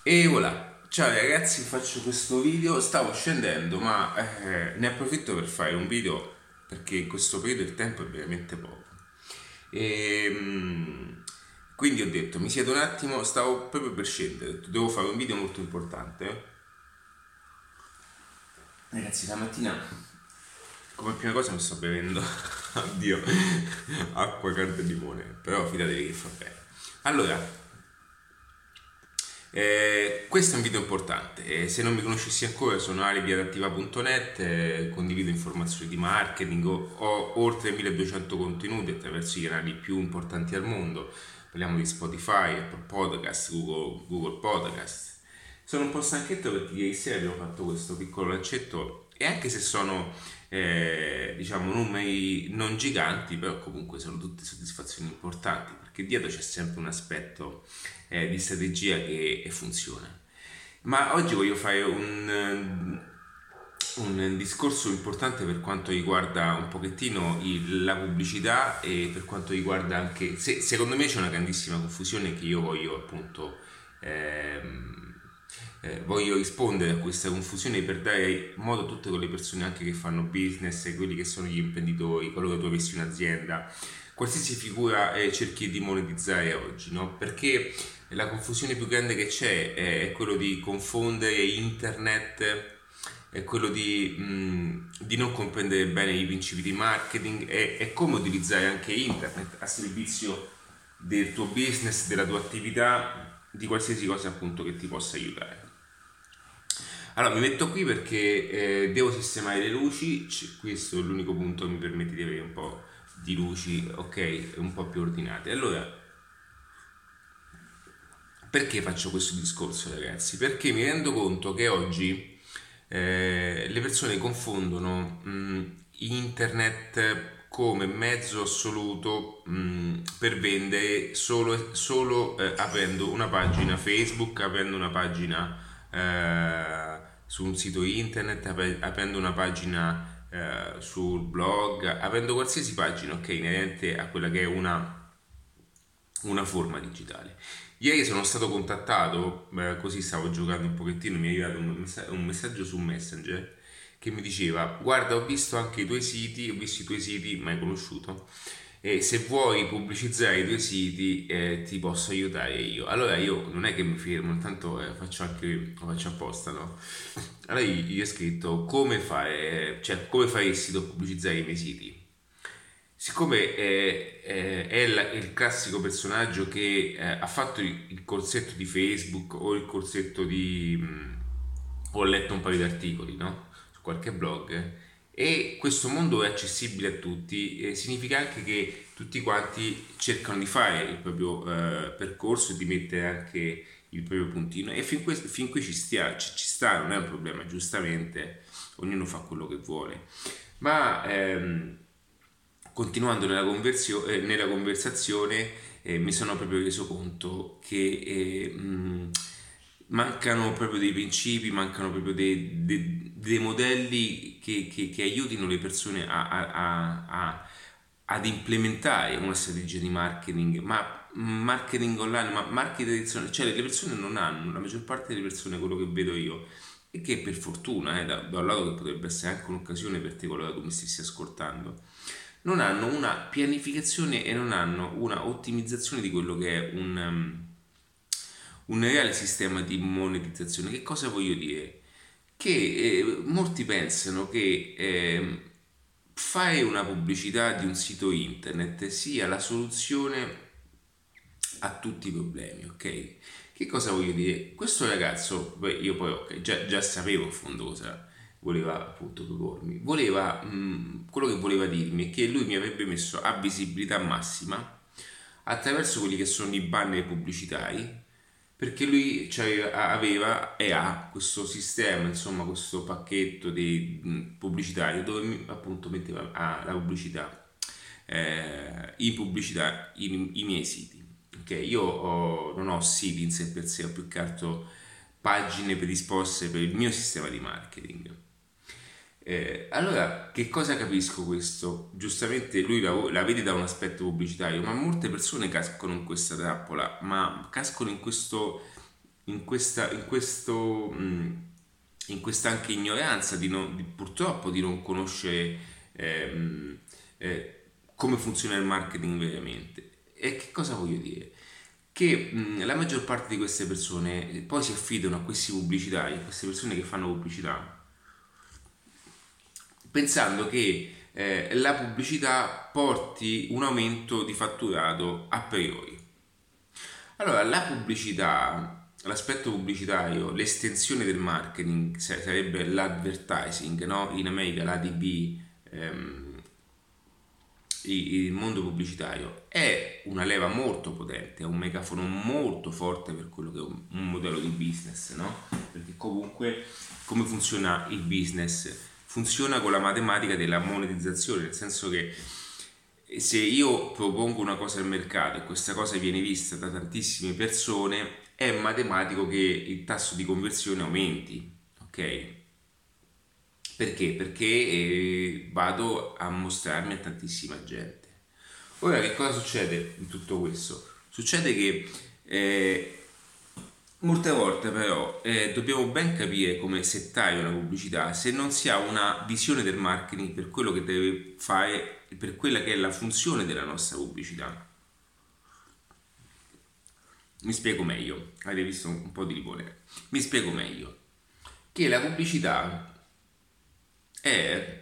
E voilà, ciao ragazzi, faccio questo video, stavo scendendo ma ne approfitto per fare un video perché in questo periodo il tempo è veramente poco. E, quindi ho detto, mi siedo un attimo, stavo proprio per scendere, ho detto, devo fare un video molto importante. Ragazzi, la mattina come prima cosa mi sto bevendo, addio, acqua, carta e limone, però fidatevi che fa bene. Allora, questo è un video importante. Se non mi conoscessi ancora, sono alibiadattiva.net, condivido informazioni di marketing, ho oltre 1200 contenuti attraverso i canali più importanti al mondo. Parliamo di Spotify, Apple Podcast, Google Podcast. Sono un po' stanchetto perché ieri sera abbiamo fatto questo piccolo lancetto e anche se sono diciamo numeri non giganti, però comunque sono tutte soddisfazioni importanti perché dietro c'è sempre un aspetto di strategia che funziona. Ma oggi voglio fare un discorso importante per quanto riguarda un pochettino la pubblicità e per quanto riguarda anche, secondo me c'è una grandissima confusione che io voglio appunto voglio rispondere a questa confusione per dare modo a tutte quelle persone anche che fanno business, quelli che sono gli imprenditori, qualora tu avessi un'azienda, qualsiasi figura cerchi di monetizzare oggi, no? Perché la confusione più grande che c'è è quello di confondere internet, è quello di non comprendere bene i principi di marketing e come utilizzare anche internet a servizio del tuo business, della tua attività, di qualsiasi cosa appunto che ti possa aiutare. Allora mi metto qui perché devo sistemare le luci, questo è l'unico punto che mi permette di avere un po' di luci, ok, un po' più ordinate. Allora, perché faccio questo discorso, ragazzi? Perché mi rendo conto che oggi le persone confondono internet come mezzo assoluto per vendere solo aprendo una pagina Facebook, aprendo una pagina su un sito internet, aprendo una pagina sul blog, aprendo qualsiasi pagina, ok, inerente a quella che è una forma digitale. Ieri sono stato contattato, così stavo giocando un pochettino, mi è arrivato un messaggio su Messenger che mi diceva: guarda, ho visto anche i tuoi siti, ho visto i tuoi siti, mai conosciuto, e se vuoi pubblicizzare i tuoi siti ti posso aiutare io. Allora io non è che mi fermo, intanto lo faccio apposta, no? Allora gli ho scritto come fare, cioè come faresti tu a pubblicizzare i miei siti? Siccome è il classico personaggio che ha fatto il corsetto di Facebook o il corsetto di... ho letto un paio di articoli, no? Su qualche blog e questo mondo è accessibile a tutti, significa anche che tutti quanti cercano di fare il proprio percorso e di mettere anche il proprio puntino e fin qui ci sta, non è un problema, giustamente ognuno fa quello che vuole. Ma continuando nella conversazione mi sono proprio reso conto che mancano proprio dei principi, mancano proprio dei modelli che aiutino le persone ad implementare una strategia di marketing, ma marketing online, ma marketing tradizionale, cioè le persone non hanno, la maggior parte delle persone, quello che vedo io, e che per fortuna, da un lato che potrebbe essere anche un'occasione per te, qualora tu mi stessi ascoltando, non hanno una pianificazione e non hanno una ottimizzazione di quello che è un reale sistema di monetizzazione. Che cosa voglio dire? Che molti pensano che fare una pubblicità di un sito internet sia la soluzione a tutti i problemi, ok? Che cosa voglio dire? Questo ragazzo, beh, io poi ok, già sapevo in fondo cosa voleva appunto propormi. Quello che voleva dirmi è che lui mi avrebbe messo a visibilità massima attraverso quelli che sono i banner pubblicitari, perché lui aveva e ha questo sistema, insomma, questo pacchetto di pubblicitario dove appunto metteva la pubblicità in pubblicità i miei siti. Ok, non ho siti in sé per sé, ho più che altro pagine predisposte per il mio sistema di marketing. Allora, che cosa capisco questo? Giustamente lui la vede da un aspetto pubblicitario, ma molte persone cascano in questa trappola, ma cascano in questo in questa anche ignoranza purtroppo di non conoscere come funziona il marketing veramente. E che cosa voglio dire? Che la maggior parte di queste persone poi si affidano a questi pubblicitari, a queste persone che fanno pubblicità, pensando che la pubblicità porti un aumento di fatturato a priori. Allora, la pubblicità, l'aspetto pubblicitario, l'estensione del marketing sarebbe l'advertising, no? In America l'ADB, il mondo pubblicitario è una leva molto potente, è un megafono molto forte per quello che è un modello di business, no? Perché comunque come funziona il business? Funziona con la matematica della monetizzazione, nel senso che se io propongo una cosa al mercato e questa cosa viene vista da tantissime persone, è matematico che il tasso di conversione aumenti, ok? Perché? Perché vado a mostrarmi a tantissima gente. Ora, che cosa succede in tutto questo? Succede che molte volte però dobbiamo ben capire come settare una pubblicità se non si ha una visione del marketing per quello che deve fare, per quella che è la funzione della nostra pubblicità. Mi spiego meglio, avete visto un po' di ripone. Mi spiego meglio. Che la pubblicità è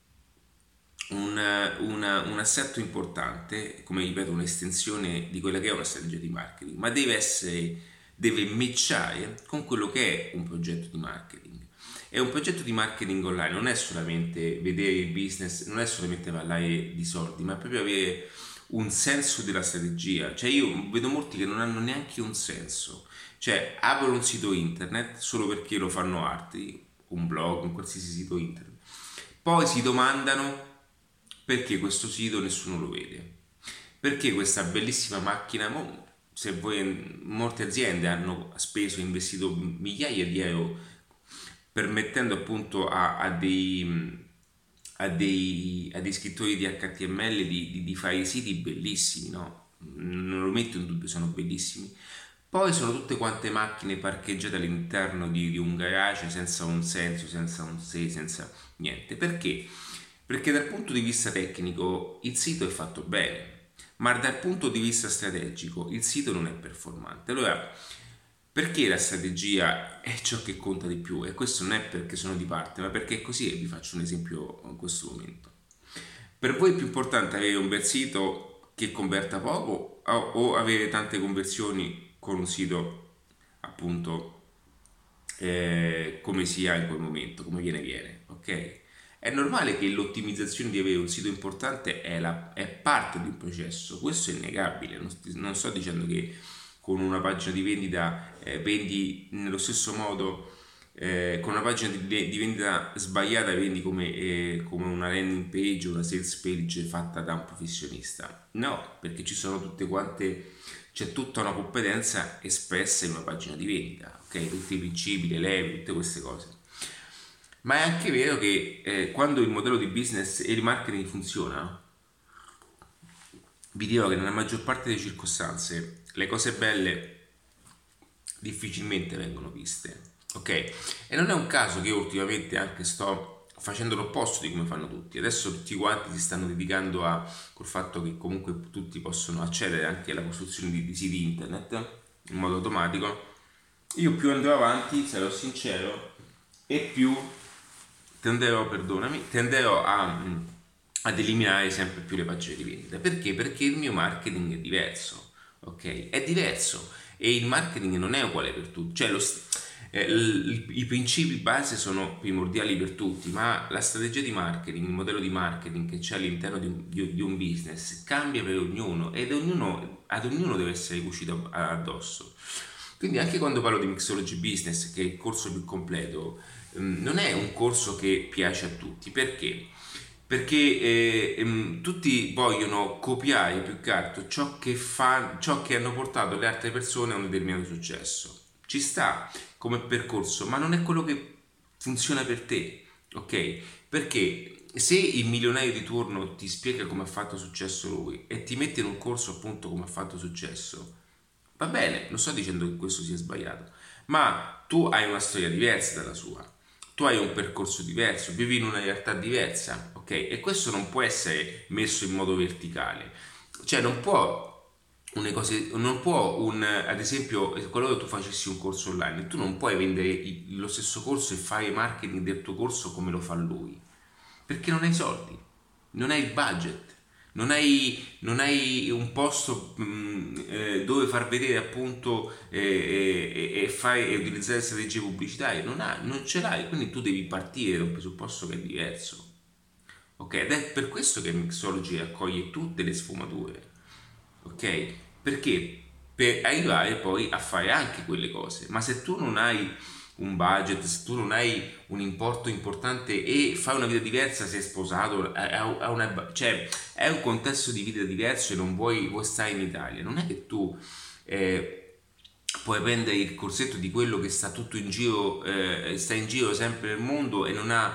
un assetto importante, come ripeto, un'estensione di quella che è una strategia di marketing, ma deve matchare con quello che è un progetto di marketing. E un progetto di marketing online non è solamente vedere il business, non è solamente parlare di soldi, ma è proprio avere un senso della strategia. Cioè io vedo molti che non hanno neanche un senso, cioè aprono un sito internet solo perché lo fanno altri, un blog, un qualsiasi sito internet, poi si domandano perché questo sito nessuno lo vede, perché questa bellissima macchina, se voi, molte aziende hanno speso e investito migliaia di euro permettendo appunto a dei scrittori di HTML di fare i siti bellissimi, no? Non lo metto in dubbio, sono bellissimi. Poi sono tutte quante macchine parcheggiate all'interno di un garage senza un senso, senza niente. Perché? Perché dal punto di vista tecnico il sito è fatto bene, ma dal punto di vista strategico il sito non è performante. Allora, perché la strategia è ciò che conta di più? E questo non è perché sono di parte, ma perché è così, e vi faccio un esempio in questo momento. Per voi è più importante avere un bel sito che converta poco o avere tante conversioni con un sito appunto come sia in quel momento, come viene, ok? È normale che l'ottimizzazione di avere un sito importante è parte di un processo, questo è innegabile, non sto dicendo che con una pagina di vendita vendi nello stesso modo, con una pagina di vendita sbagliata vendi come una landing page o una sales page fatta da un professionista. No, perché c'è tutta una competenza espressa in una pagina di vendita, ok? Tutti i principi, le leve, tutte queste cose. Ma è anche vero che quando il modello di business e il marketing funziona, vi dirò che nella maggior parte delle circostanze le cose belle difficilmente vengono viste, ok? E non è un caso che io ultimamente anche sto facendo l'opposto di come fanno tutti. Adesso tutti quanti si stanno dedicando col fatto che comunque tutti possono accedere anche alla costruzione di siti internet in modo automatico. Io più andrò avanti, sarò sincero, e più tenderò ad eliminare sempre più le pagine di vendita. Perché? Perché il mio marketing è diverso, ok? È diverso e il marketing non è uguale per tutti, cioè i principi base sono primordiali per tutti, ma la strategia di marketing, il modello di marketing che c'è all'interno di un business cambia per ognuno ed ad ognuno deve essere cucito addosso. Quindi anche quando parlo di Mixology Business, che è il corso più completo, non è un corso che piace a tutti. Perché? Perché tutti vogliono copiare più che altro ciò che hanno portato le altre persone a un determinato successo. Ci sta come percorso, ma non è quello che funziona per te, ok? Perché se il milionario di turno ti spiega come ha fatto successo lui e ti mette in un corso appunto come ha fatto successo, va bene, non sto dicendo che questo sia sbagliato, ma tu hai una storia diversa dalla sua, tu hai un percorso diverso, vivi in una realtà diversa, ok? E questo non può essere messo in modo verticale, cioè non può une cose, non può ad esempio, qualora tu facessi un corso online, tu non puoi vendere lo stesso corso e fare marketing del tuo corso come lo fa lui, perché non hai soldi, non hai il budget. Non hai un posto dove far vedere appunto e utilizzare strategie pubblicitarie, non ce l'hai, quindi tu devi partire da un presupposto che è diverso. Ok, ed è per questo che Mixology accoglie tutte le sfumature, ok? Perché per arrivare poi a fare anche quelle cose, ma se tu non hai un budget, se tu non hai un importo importante e fai una vita diversa, sei sposato, cioè è un contesto di vita diverso e non vuoi stare in Italia, non è che tu puoi prendere il corsetto di quello che sta tutto in giro, sta in giro sempre nel mondo e non ha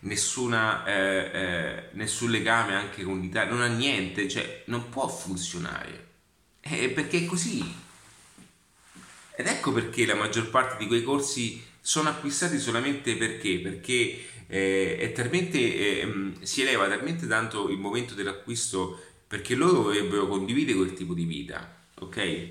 nessun legame anche con l'Italia, non ha niente, cioè non può funzionare. Perché è così. Ed ecco perché la maggior parte di quei corsi sono acquistati solamente perché è talmente, si eleva talmente tanto il momento dell'acquisto perché loro dovrebbero condividere quel tipo di vita, ok?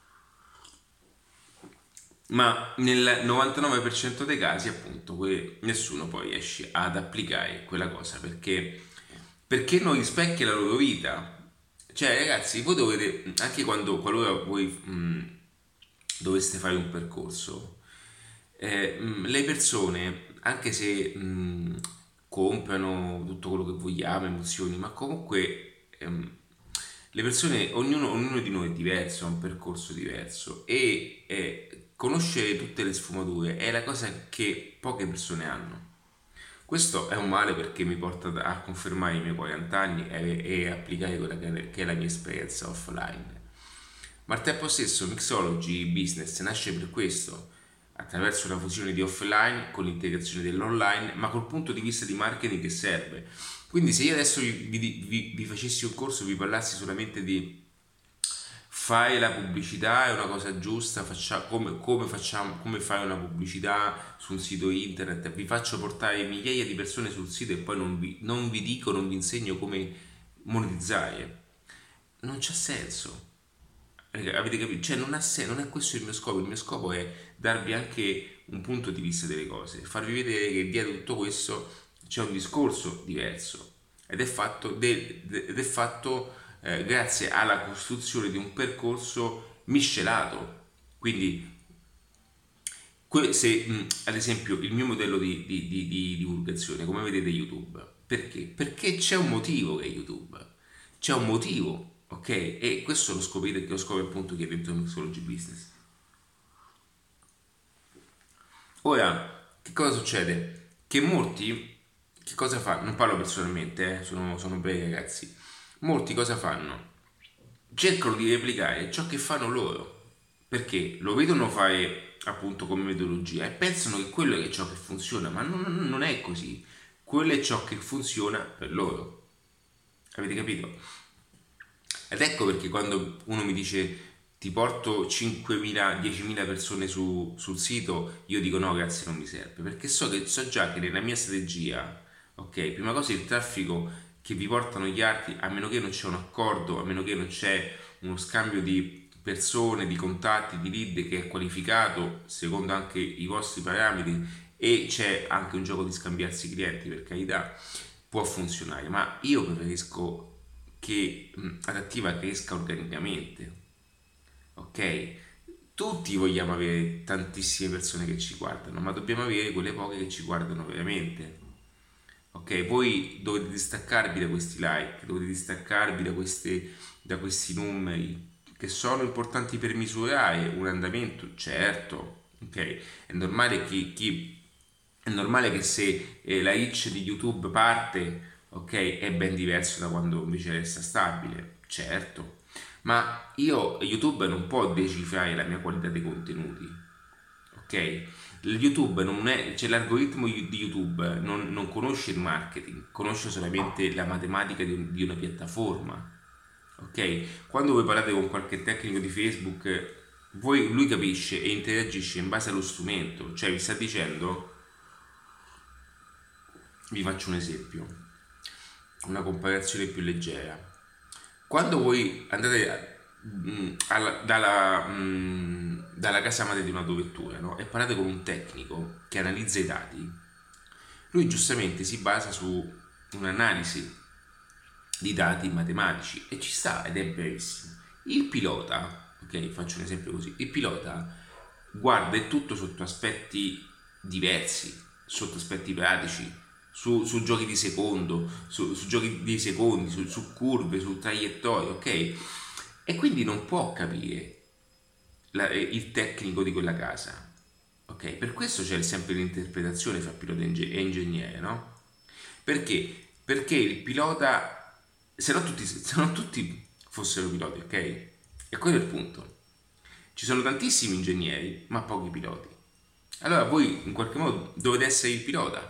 Ma nel 99% dei casi appunto nessuno poi riesce ad applicare quella cosa perché non rispecchia la loro vita. Cioè ragazzi, voi dovete, anche qualora voi doveste fare un percorso, le persone, anche se comprano tutto quello che vogliamo, emozioni, ma comunque le persone, ognuno di noi è diverso, ha un percorso diverso e conoscere tutte le sfumature è la cosa che poche persone hanno. Questo è un male perché mi porta a confermare i miei 40 anni e applicare quella che è la mia esperienza offline. Ma al tempo stesso Mixology Business nasce per questo, attraverso una fusione di offline con l'integrazione dell'online, ma col punto di vista di marketing che serve. Quindi se io adesso vi facessi un corso, vi parlassi solamente di fare la pubblicità è una cosa giusta, come fare una pubblicità su un sito internet, vi faccio portare migliaia di persone sul sito e poi non vi insegno come monetizzare, non c'ha senso. Avete capito? Cioè non ha senso, non è questo il mio scopo è darvi anche un punto di vista delle cose, farvi vedere che dietro tutto questo c'è un discorso diverso ed è fatto grazie alla costruzione di un percorso miscelato. Quindi se ad esempio il mio modello di divulgazione, come vedete YouTube, perché? Perché c'è un motivo che è YouTube, c'è un motivo, ok? E questo lo scoprite, che lo scopre appunto chi è dentro Mixology Business. Ora, che cosa succede? Che molti, che cosa fanno? Non parlo personalmente, sono bravi ragazzi. Molti cosa fanno? Cercano di replicare ciò che fanno loro, perché lo vedono fare appunto come metodologia e pensano che quello è ciò che funziona, ma non è così. Quello è ciò che funziona per loro. Avete capito? Ed ecco perché quando uno mi dice ti porto 5.000, 10.000 persone sul sito, io dico no, grazie, non mi serve, perché so già che nella mia strategia, ok, prima cosa il traffico che vi portano gli altri, a meno che non c'è un accordo, a meno che non c'è uno scambio di persone, di contatti, di lead che è qualificato secondo anche i vostri parametri e c'è anche un gioco di scambiarsi clienti, per carità, può funzionare, ma io preferisco che Adattiva cresca organicamente, ok? Tutti vogliamo avere tantissime persone che ci guardano, ma dobbiamo avere quelle poche che ci guardano veramente. Ok, voi dovete distaccarvi da questi like, dovete distaccarvi da questi numeri che sono importanti per misurare un andamento, certo, ok? È normale che se la reach di YouTube parte, ok, è ben diverso da quando invece resta stabile, certo, ma YouTube non può decifrare la mia qualità dei contenuti, ok? YouTube non è, cioè l'algoritmo di YouTube non conosce il marketing, conosce solamente la matematica di una piattaforma, ok? Quando voi parlate con qualche tecnico di Facebook lui capisce e interagisce in base allo strumento, cioè vi sta dicendo, vi faccio un esempio, una comparazione più leggera. Quando voi andate dalla casa madre di un'autovettura, no? E parlate con un tecnico che analizza i dati, lui giustamente si basa su un'analisi di dati matematici e ci sta ed è bravissimo. Il pilota, ok, faccio un esempio così, il pilota guarda il tutto sotto aspetti diversi, sotto aspetti pratici, su giochi di secondo, su giochi di secondi, su curve, su traiettorie, ok? E quindi non può capire il tecnico di quella casa, ok? Per questo c'è sempre l'interpretazione fra pilota e ingegnere, no? Perché? Perché il pilota, se non tutti fossero piloti, ok? E quello è il punto. Ci sono tantissimi ingegneri, ma pochi piloti. Allora voi in qualche modo dovete essere il pilota.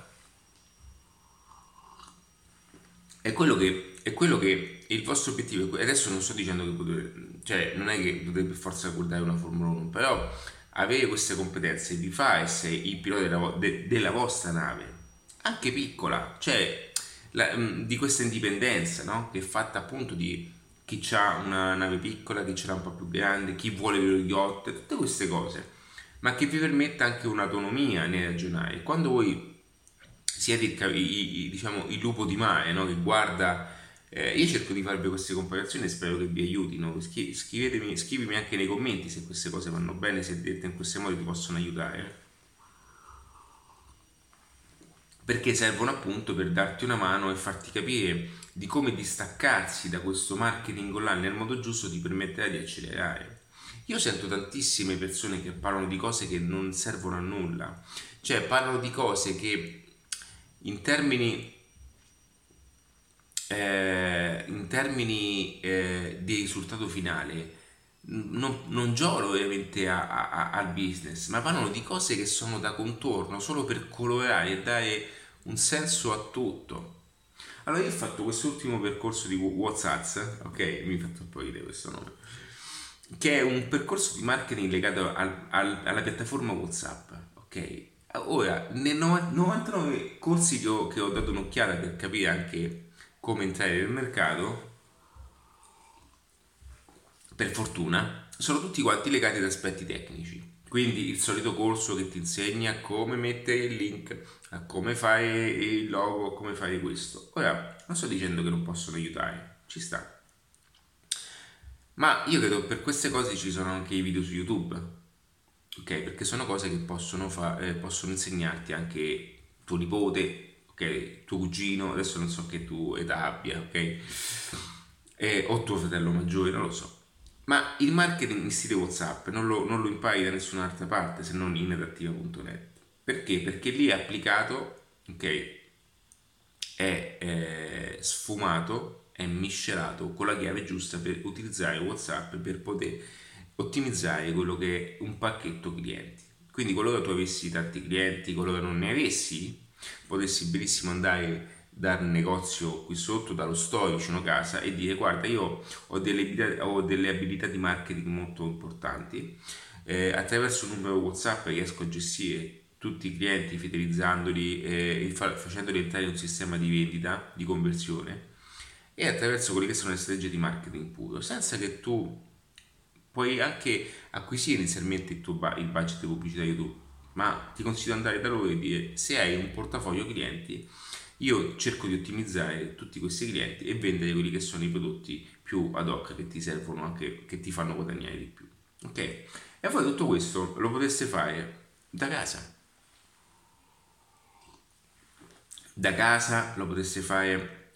È quello che il vostro obiettivo. Adesso non sto dicendo che potete, cioè non è che dovete per forza guardare una Formula 1, però avere queste competenze vi fa essere il pilota della vostra nave, anche piccola, cioè di questa indipendenza, no? Che è fatta appunto di chi ha una nave piccola, chi ce l'ha un po' più grande, chi vuole lo yacht, tutte queste cose, ma che vi permetta anche un'autonomia nel ragionare. Quando voi siete diciamo, il lupo di mare, no? Che guarda, io cerco di farvi queste comparazioni e spero che vi aiutino. Scrivimi anche nei commenti se queste cose vanno bene, se dette in questi modi ti possono aiutare, perché servono appunto per darti una mano e farti capire di come distaccarsi da questo marketing online nel modo giusto ti permetterà di accelerare. Io sento tantissime persone che parlano di cose che non servono a nulla, cioè parlano di cose che in termini di risultato finale non giovano veramente al business, ma parlano di cose che sono da contorno solo per colorare e dare un senso a tutto. Allora io ho fatto quest'ultimo percorso di WhatsApp, ok, mi ha fatto un po' ridere questo nome, che è un percorso di marketing legato alla piattaforma WhatsApp, ok? Ora, nei 99 corsi che ho dato un'occhiata per capire anche come entrare nel mercato, per fortuna, sono tutti quanti legati ad aspetti tecnici. Quindi il solito corso che ti insegna come mettere il link, a come fare il logo, a come fare questo. Ora, non sto dicendo che non possono aiutare, ci sta. Ma io credo che per queste cose ci sono anche i video su YouTube, ok? Perché sono cose che possono insegnarti anche tuo nipote, ok? Tuo cugino, adesso non so che tu età abbia, ok? O tuo fratello maggiore, non lo so. Ma il marketing in stile WhatsApp non lo impari da nessun'altra parte se non in adattiva.net. Perché? Perché lì è applicato, ok? È sfumato, è miscelato con la chiave giusta per utilizzare WhatsApp per poter ottimizzare quello che è un pacchetto clienti. Quindi qualora tu avessi tanti clienti, qualora non ne avessi, potessi benissimo andare dal negozio qui sotto, dallo store vicino casa e dire: guarda, io ho delle abilità di marketing molto importanti, attraverso un numero WhatsApp riesco a gestire tutti i clienti fidelizzandoli e facendoli entrare in un sistema di vendita, di conversione, e attraverso quelle che sono le strategie di marketing puro, senza che tu puoi anche acquisire inizialmente il budget pubblicitario tu, ma ti consiglio di andare da loro e dire: se hai un portafoglio clienti, io cerco di ottimizzare tutti questi clienti e vendere quelli che sono i prodotti più ad hoc che ti servono, anche che ti fanno guadagnare di più, ok? E voi tutto questo lo potreste fare da casa. Da casa lo potreste fare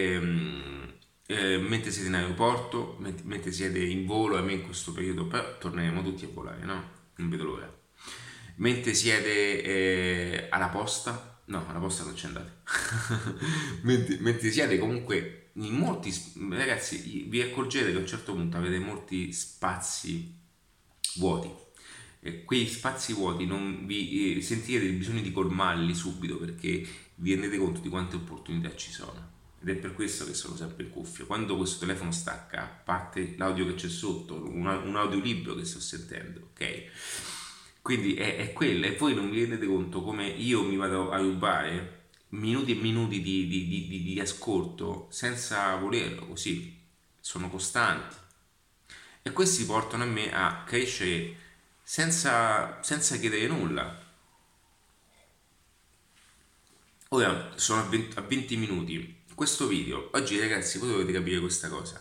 mentre siete in aeroporto, mentre siete in volo. A me in questo periodo però torneremo tutti a volare, no? Non vedo l'ora. Mentre siete alla posta, no, alla posta non ci andate. Mentre siete comunque in molti, ragazzi, vi accorgete che a un certo punto avete molti spazi vuoti. Quei spazi vuoti non vi sentirete il bisogno di colmarli subito, perché vi rendete conto di quante opportunità ci sono. ed è per questo che sono sempre in cuffia. Quando questo telefono stacca, parte l'audio che c'è sotto, un audiolibro che sto sentendo, ok? Quindi è quello, e voi non vi rendete conto come io mi vado a rubare minuti e minuti di ascolto senza volerlo, così sono costanti. E questi portano a me a crescere senza chiedere nulla. Ora sono a 20 minuti. Questo video, oggi ragazzi, voi dovete capire questa cosa,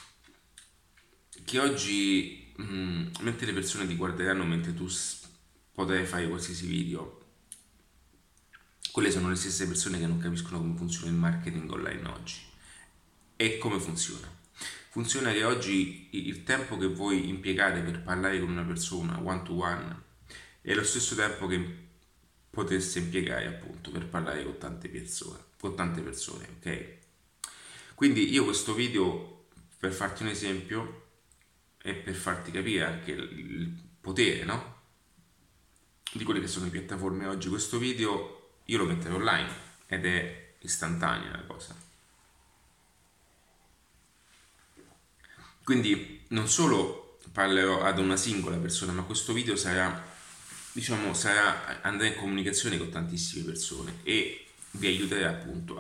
che oggi, mentre le persone ti guarderanno mentre tu potrai fare qualsiasi video, quelle sono le stesse persone che non capiscono come funziona il marketing online oggi. E come funziona? Funziona che oggi il tempo che voi impiegate per parlare con una persona one to one è lo stesso tempo che potreste impiegare appunto per parlare con tante persone, ok? Quindi io questo video, per farti un esempio e per farti capire anche il potere, no? Di quelle che sono le piattaforme oggi, questo video io lo metterò online ed è istantanea la cosa. Quindi non solo parlerò ad una singola persona, ma questo video andrà in comunicazione con tantissime persone e vi aiuterà appunto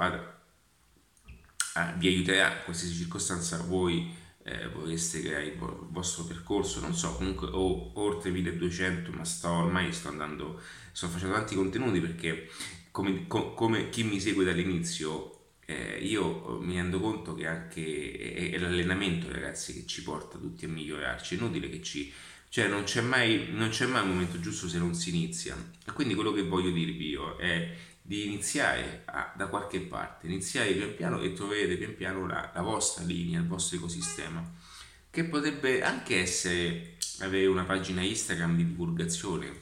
vi aiuterà in qualsiasi circostanza voi vorreste creare il vostro percorso, non so, comunque ho oltre 1200, ma sto facendo tanti contenuti perché come chi mi segue dall'inizio, io mi rendo conto che anche è l'allenamento, ragazzi, che ci porta tutti a migliorarci. È inutile che cioè non c'è mai un momento giusto se non si inizia. E quindi quello che voglio dirvi io è di iniziare da qualche parte, iniziare pian piano e troverete pian piano la vostra linea, il vostro ecosistema, che potrebbe anche essere avere una pagina Instagram di divulgazione,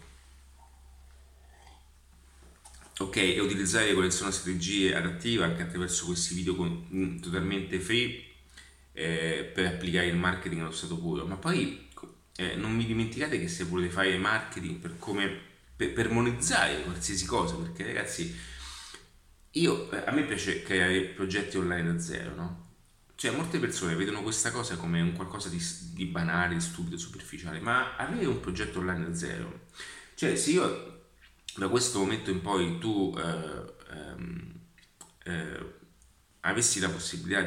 ok, e utilizzare quelle sono strategie adattive anche attraverso questi video totalmente free, per applicare il marketing allo stato puro. Ma poi non mi dimenticate che se volete fare marketing per monetizzare qualsiasi cosa, perché ragazzi, a me piace creare progetti online da zero, no? Cioè molte persone vedono questa cosa come un qualcosa di banale, di stupido, superficiale, ma avere un progetto online da zero, cioè se io da questo momento in poi tu avessi la possibilità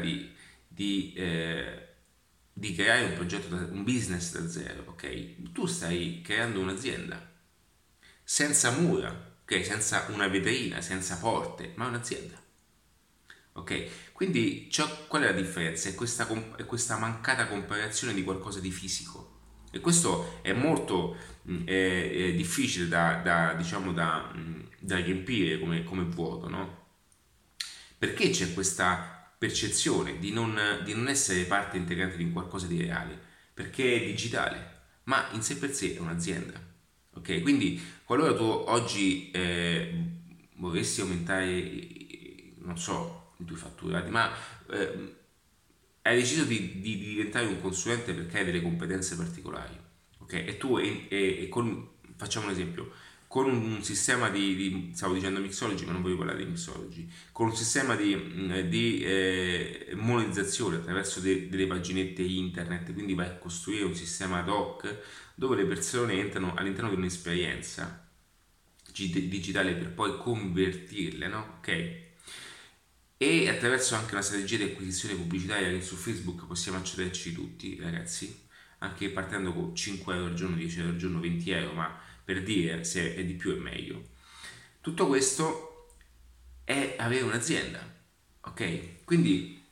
di creare un progetto, un business da zero, ok? Tu stai creando un'azienda senza mura, ok? Senza una vetrina, senza porte, ma un'azienda. Ok? Quindi qual è la differenza? È questa mancata comparazione di qualcosa di fisico. E questo è molto è difficile diciamo, da riempire come vuoto, no? Perché c'è questa percezione di non essere parte integrante di qualcosa di reale? Perché è digitale, ma in sé per sé è un'azienda. Ok? Quindi qualora tu oggi vorresti aumentare, non so, i tuoi fatturati, ma hai deciso di diventare un consulente perché hai delle competenze particolari, ok? E tu facciamo un esempio, con un sistema stavo dicendo mixology, ma non voglio parlare di mixology, con un sistema di monetizzazione attraverso delle paginette internet, quindi vai a costruire un sistema ad hoc dove le persone entrano all'interno di un'esperienza digitale per poi convertirle, no? Ok? E attraverso anche una strategia di acquisizione pubblicitaria che su Facebook possiamo accederci tutti, ragazzi, anche partendo con 5 euro al giorno, 10 euro al giorno, 20 euro, ma per dire se è di più è meglio. Tutto questo è avere un'azienda, ok? Quindi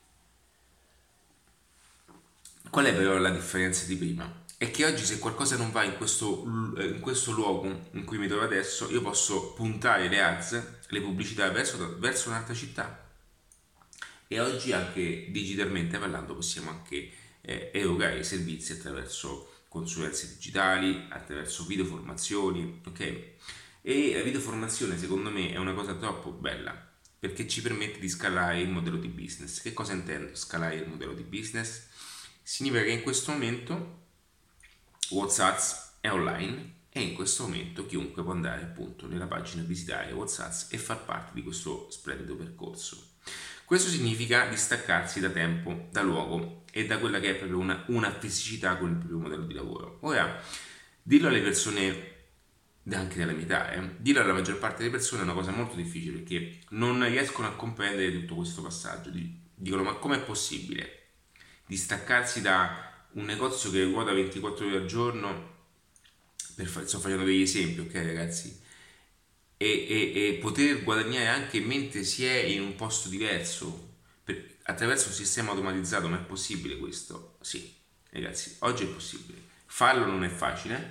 qual è però la differenza di prima? È che oggi se qualcosa non va in questo luogo in cui mi trovo adesso, io posso puntare le ads, le pubblicità verso un'altra città. E oggi anche digitalmente parlando possiamo anche erogare i servizi attraverso consulenze digitali, attraverso video formazioni, ok? E la video formazione secondo me è una cosa troppo bella perché ci permette di scalare il modello di business. Che cosa intendo scalare il modello di business? Significa che in questo momento WhatsApp è online e in questo momento chiunque può andare appunto nella pagina, visitare WhatsApp e far parte di questo splendido percorso. Questo significa distaccarsi da tempo, da luogo e da quella che è proprio una fisicità con il proprio modello di lavoro. Ora, dirlo alle persone, anche della mia età, dirlo alla maggior parte delle persone è una cosa molto difficile perché non riescono a comprendere tutto questo passaggio. Dicono: ma com'è possibile distaccarsi da un negozio che ruota 24 ore al giorno? Sto facendo degli esempi, ok ragazzi? E poter guadagnare anche mentre si è in un posto diverso attraverso un sistema automatizzato. Ma è possibile questo? Sì, ragazzi, oggi è possibile. Farlo non è facile,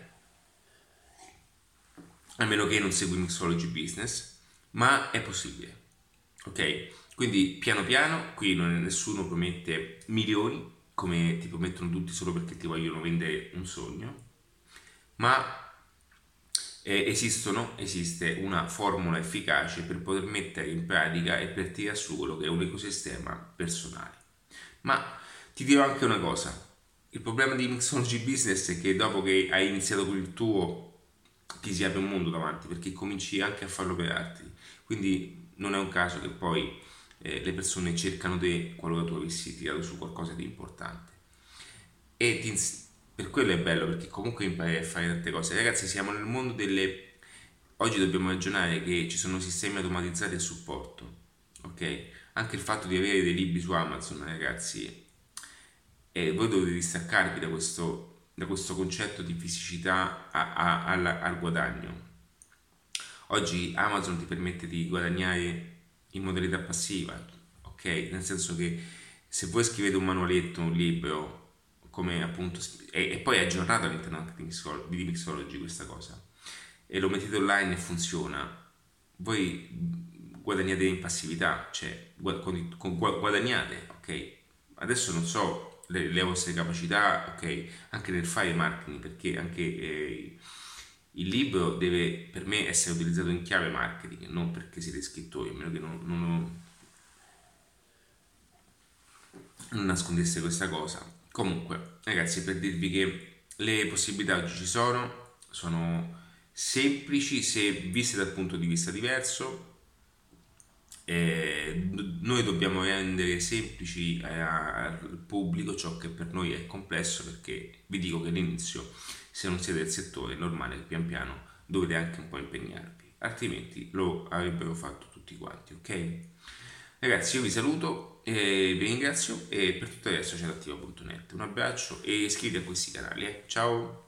a meno che non segui Mixology Business, ma è possibile, ok? Quindi piano piano, qui nessuno promette milioni, come ti promettono tutti solo perché ti vogliono vendere un sogno, ma esiste una formula efficace per poter mettere in pratica e per tirare su quello che è un ecosistema personale. Ma ti dirò anche una cosa: il problema di Mixology Business è che dopo che hai iniziato con il tuo ti si apre un mondo davanti, perché cominci anche a farlo per altri, quindi non è un caso che poi le persone cercano te qualora tu avessi tirato su qualcosa di importante. E per quello è bello, perché comunque impari a fare tante cose. Ragazzi, siamo nel mondo delle... Oggi dobbiamo ragionare che ci sono sistemi automatizzati a supporto, ok? Anche il fatto di avere dei libri su Amazon, ragazzi, e voi dovete distaccarvi da questo concetto di fisicità al guadagno. Oggi Amazon ti permette di guadagnare in modalità passiva, ok? Nel senso che se voi scrivete un manualetto, un libro, come appunto, e poi è aggiornato all'interno anche di Mixology questa cosa, e lo mettete online e funziona, voi guadagnate in passività, cioè guadagnate, ok? Adesso non so le vostre capacità, ok, anche nel fare marketing, perché anche il libro deve per me essere utilizzato in chiave marketing, non perché siete scrittori, a meno che non nascondesse questa cosa. Comunque, ragazzi, per dirvi che le possibilità oggi ci sono semplici se viste dal punto di vista diverso. Noi dobbiamo rendere semplici al pubblico ciò che per noi è complesso, perché vi dico che all'inizio, se non siete del settore, è normale che pian piano dovete anche un po' impegnarvi, altrimenti lo avrebbero fatto tutti quanti, ok? Ragazzi, io vi saluto e vi ringrazio, e per tutto il resto c'è attiva.net. Un abbraccio e iscrivetevi a questi canali, ciao!